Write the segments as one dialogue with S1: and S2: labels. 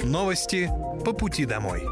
S1: Новости по пути домой.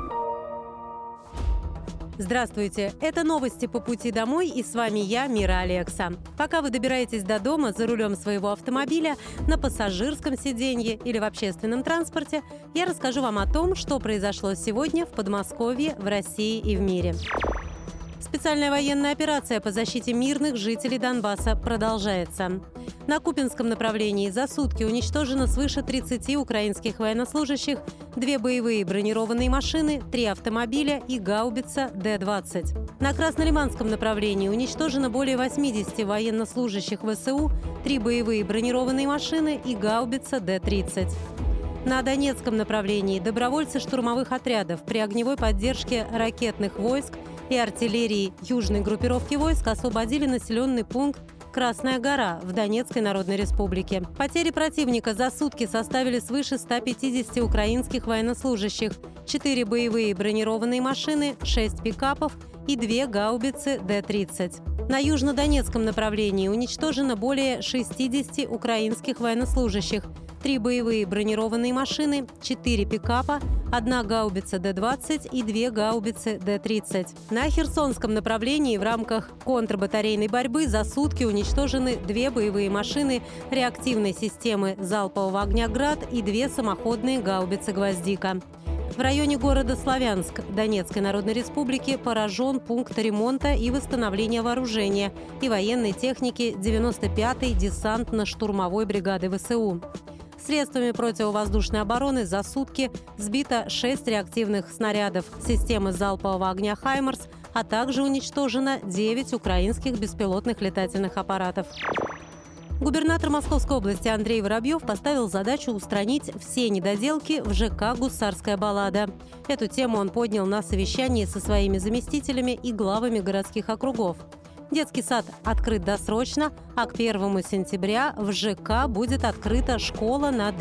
S2: Здравствуйте, это новости по пути домой, и с вами я, Мира Алекса. Пока вы добираетесь до дома за рулем своего автомобиля, на пассажирском сиденье или в общественном транспорте, я расскажу вам о том, что произошло сегодня в Подмосковье, в России и в мире. Специальная военная операция по защите мирных жителей Донбасса продолжается. На Купянском направлении за сутки уничтожено свыше 30 украинских военнослужащих, 2 боевые бронированные машины, 3 автомобиля и гаубица Д-20. На Краснолиманском направлении уничтожено более 80 военнослужащих ВСУ, 3 боевые бронированные машины и гаубица Д-30. На Донецком направлении добровольцы штурмовых отрядов при огневой поддержке ракетных войск и артиллерии южной группировки войск освободили населенный пункт Красная гора в Донецкой Народной Республике. Потери противника за сутки составили свыше 150 украинских военнослужащих, 4 боевые бронированные машины, 6 пикапов и 2 гаубицы Д-30. На южнодонецком направлении уничтожено более 60 украинских военнослужащих, 3 боевые бронированные машины, 4 пикапа, 1 гаубица Д-20 и 2 гаубицы Д-30. На Херсонском направлении в рамках контрбатарейной борьбы за сутки уничтожены 2 боевые машины реактивной системы залпового огня «Град» и 2 самоходные гаубицы «Гвоздика». В районе города Славянск Донецкой Народной Республики поражен пункт ремонта и восстановления вооружения и военной техники 95-й десантно-штурмовой бригады ВСУ. Средствами противовоздушной обороны за сутки сбито 6 реактивных снарядов системы залпового огня «Хаймарс», а также уничтожено 9 украинских беспилотных летательных аппаратов. Губернатор Московской области Андрей Воробьев поставил задачу устранить все недоделки в ЖК «Гусарская баллада». Эту тему он поднял на совещании со своими заместителями и главами городских округов. Детский сад открыт досрочно, а к 1 сентября в ЖК будет открыта школа на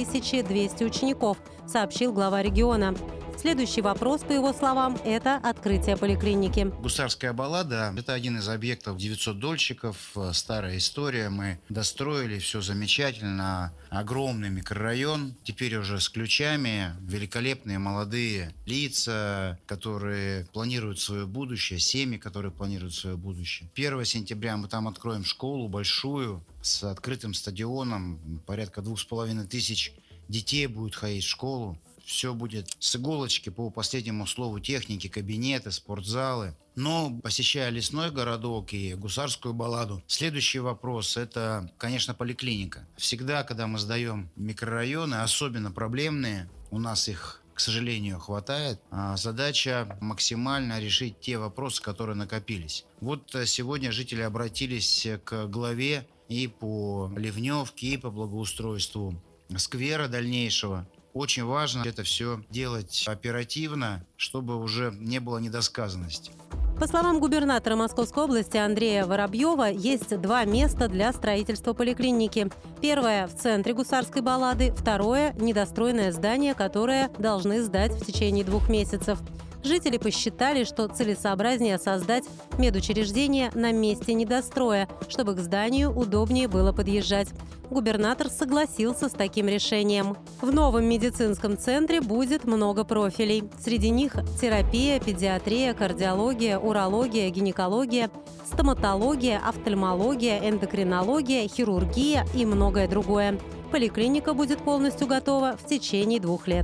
S2: 2200 учеников, сообщил глава региона. Следующий вопрос, по его словам, это открытие поликлиники.
S3: Гусарская баллада – это один из объектов 900 дольщиков, старая история. Мы достроили, все замечательно, огромный микрорайон, теперь уже с ключами, великолепные молодые лица, которые планируют свое будущее, семьи, которые планируют свое будущее. 1 сентября мы там откроем школу большую с открытым стадионом, порядка 2500 детей будет ходить в школу. Все будет с иголочки по последнему слову техники, кабинеты, спортзалы. Но, посещая лесной городок и Гусарскую балладу, следующий вопрос – это, конечно, поликлиника. Всегда, когда мы сдаем микрорайоны, особенно проблемные, у нас их, к сожалению, хватает, задача максимально решить те вопросы, которые накопились. Вот сегодня жители обратились к главе и по ливневке, и по благоустройству сквера дальнейшего. Очень важно это все делать оперативно, чтобы уже не было недосказанности.
S2: По словам губернатора Московской области Андрея Воробьева, есть 2 места для строительства поликлиники. Первое – в центре Гусарской баллады, второе – недостроенное здание, которое должны сдать в течение 2 месяцев. Жители посчитали, что целесообразнее создать медучреждение на месте недостроя, чтобы к зданию удобнее было подъезжать. Губернатор согласился с таким решением. В новом медицинском центре будет много профилей. Среди них терапия, педиатрия, кардиология, урология, гинекология, стоматология, офтальмология, эндокринология, хирургия и многое другое. Поликлиника будет полностью готова в течение 2 лет.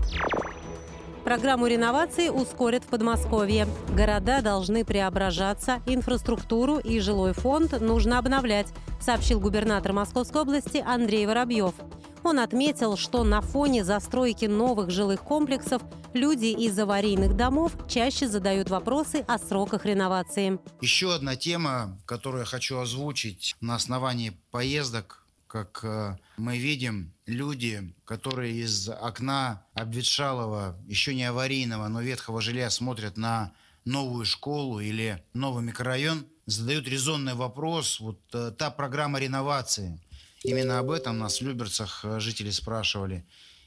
S2: Программу реновации ускорят в Подмосковье. Города должны преображаться, инфраструктуру и жилой фонд нужно обновлять, сообщил губернатор Московской области Андрей Воробьев. Он отметил, что на фоне застройки новых жилых комплексов люди из аварийных домов чаще задают вопросы о сроках реновации.
S3: Еще одна тема, которую я хочу озвучить на основании поездок. Как мы видим, люди, которые из окна обветшалого, еще не аварийного, но ветхого жилья смотрят на новую школу или новый микрорайон, задают резонный вопрос. Вот та программа реновации, именно об этом нас в Люберцах жители спрашивали.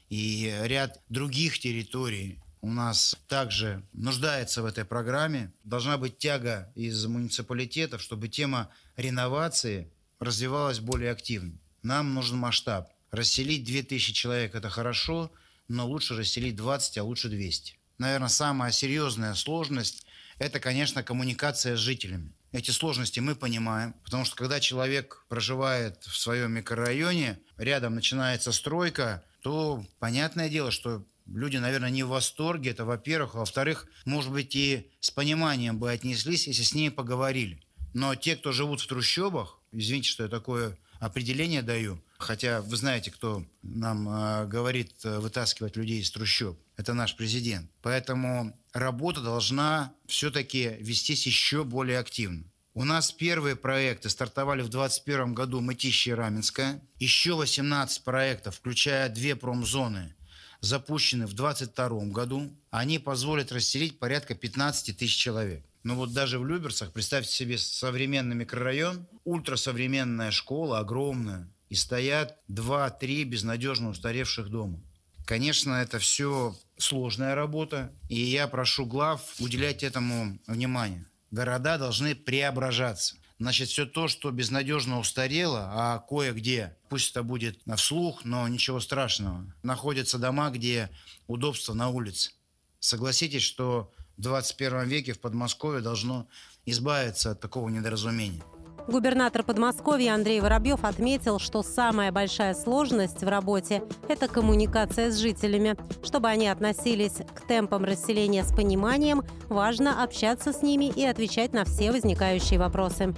S3: И ряд других территорий у нас также нуждается в этой программе. Должна быть тяга из муниципалитетов, чтобы тема реновации развивалась более активно. Нам нужен масштаб. Расселить 2000 человек – это хорошо, но лучше расселить 20, а лучше 200. Наверное, самая серьезная сложность – это, конечно, коммуникация с жителями. Эти сложности мы понимаем, потому что когда человек проживает в своем микрорайоне, рядом начинается стройка, то понятное дело, что люди, наверное, не в восторге, это во-первых. Во-вторых, может быть, и с пониманием бы отнеслись, если с ними поговорили. Но те, кто живут в трущобах, извините, что я такое определение даю, хотя вы знаете, кто нам говорит вытаскивать людей из трущоб. Это наш президент. Поэтому работа должна все-таки вестись еще более активно. У нас первые проекты стартовали в 2021 году Мытищи и Раменское. Еще 18 проектов, включая 2 промзоны, запущены в 2022 году. Они позволят расселить порядка 15 тысяч человек. Но вот даже в Люберцах, представьте себе современный микрорайон, ультрасовременная школа, огромная, и стоят 2-3 безнадежно устаревших дома. Конечно, это все сложная работа, и я прошу глав уделять этому внимание. Города должны преображаться. Значит, все то, что безнадежно устарело, а кое-где, пусть это будет вслух, но ничего страшного, находятся дома, где удобство на улице. Согласитесь, что в 21 веке в Подмосковье должно избавиться от такого недоразумения.
S2: Губернатор Подмосковья Андрей Воробьев отметил, что самая большая сложность в работе – это коммуникация с жителями. Чтобы они относились к темпам расселения с пониманием, важно общаться с ними и отвечать на все возникающие вопросы.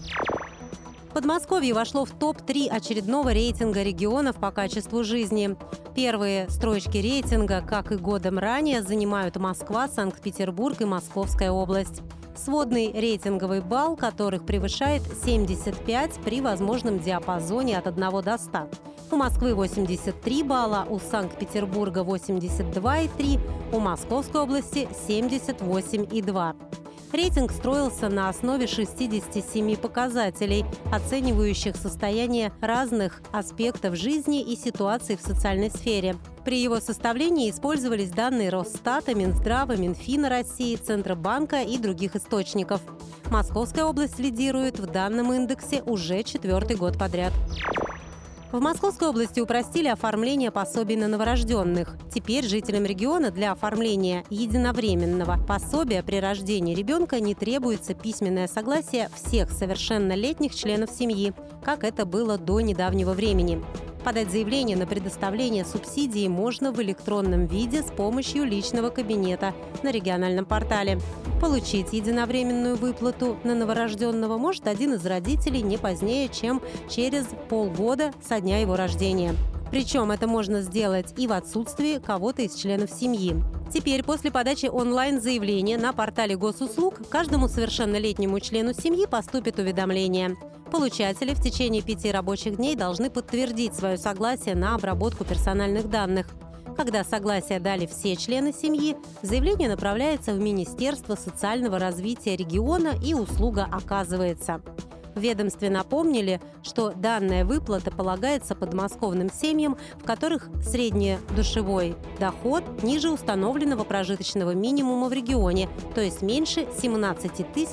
S2: Подмосковье вошло в топ-3 очередного рейтинга регионов по качеству жизни. Первые строчки рейтинга, как и годом ранее, занимают Москва, Санкт-Петербург и Московская область. Сводный рейтинговый балл которых превышает 75 при возможном диапазоне от 1 до 100. У Москвы 83 балла, у Санкт-Петербурга 82,3, у Московской области 78,2. Рейтинг строился на основе 67 показателей, оценивающих состояние разных аспектов жизни и ситуации в социальной сфере. При его составлении использовались данные Росстата, Минздрава, Минфина России, Центробанка и других источников. Московская область лидирует в данном индексе уже 4-й год подряд. В Московской области упростили оформление пособий на новорожденных. Теперь жителям региона для оформления единовременного пособия при рождении ребенка не требуется письменное согласие всех совершеннолетних членов семьи, как это было до недавнего времени. Подать заявление на предоставление субсидии можно в электронном виде с помощью личного кабинета на региональном портале. Получить единовременную выплату на новорожденного может один из родителей не позднее, чем через полгода со дня его рождения. Причем это можно сделать и в отсутствии кого-то из членов семьи. Теперь, после подачи онлайн-заявления на портале госуслуг, каждому совершеннолетнему члену семьи поступит уведомление. Получатели в течение 5 рабочих дней должны подтвердить свое согласие на обработку персональных данных. Когда согласие дали все члены семьи, заявление направляется в Министерство социального развития региона и услуга оказывается. В ведомстве напомнили, что данная выплата полагается подмосковным семьям, в которых среднедушевой доход ниже установленного прожиточного минимума в регионе, то есть меньше 17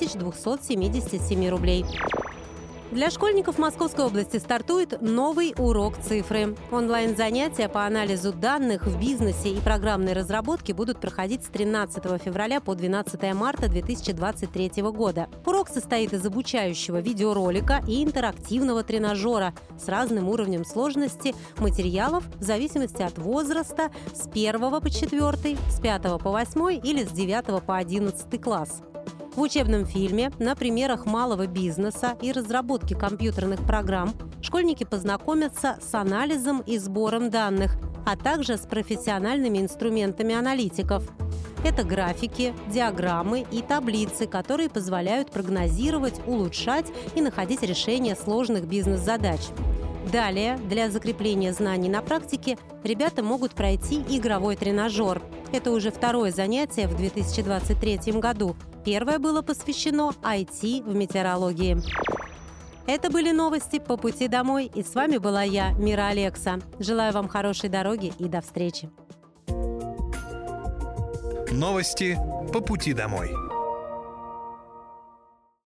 S2: 277 рублей. Для школьников Московской области стартует новый урок цифры. Онлайн-занятия по анализу данных в бизнесе и программной разработке будут проходить с 13 февраля по 12 марта 2023 года. Урок состоит из обучающего видеоролика и интерактивного тренажера с разным уровнем сложности материалов в зависимости от возраста с 1 по 4, с 5 по 8 или с 9 по 11 класс. В учебном фильме на примерах малого бизнеса и разработки компьютерных программ школьники познакомятся с анализом и сбором данных, а также с профессиональными инструментами аналитиков. Это графики, диаграммы и таблицы, которые позволяют прогнозировать, улучшать и находить решения сложных бизнес-задач. Далее, для закрепления знаний на практике, ребята могут пройти игровой тренажер. Это уже второе занятие в 2023 году. Первое было посвящено IT в метеорологии. Это были новости по пути домой. И с вами была я, Мира Алекса. Желаю вам хорошей дороги и до встречи.
S1: Новости по пути домой.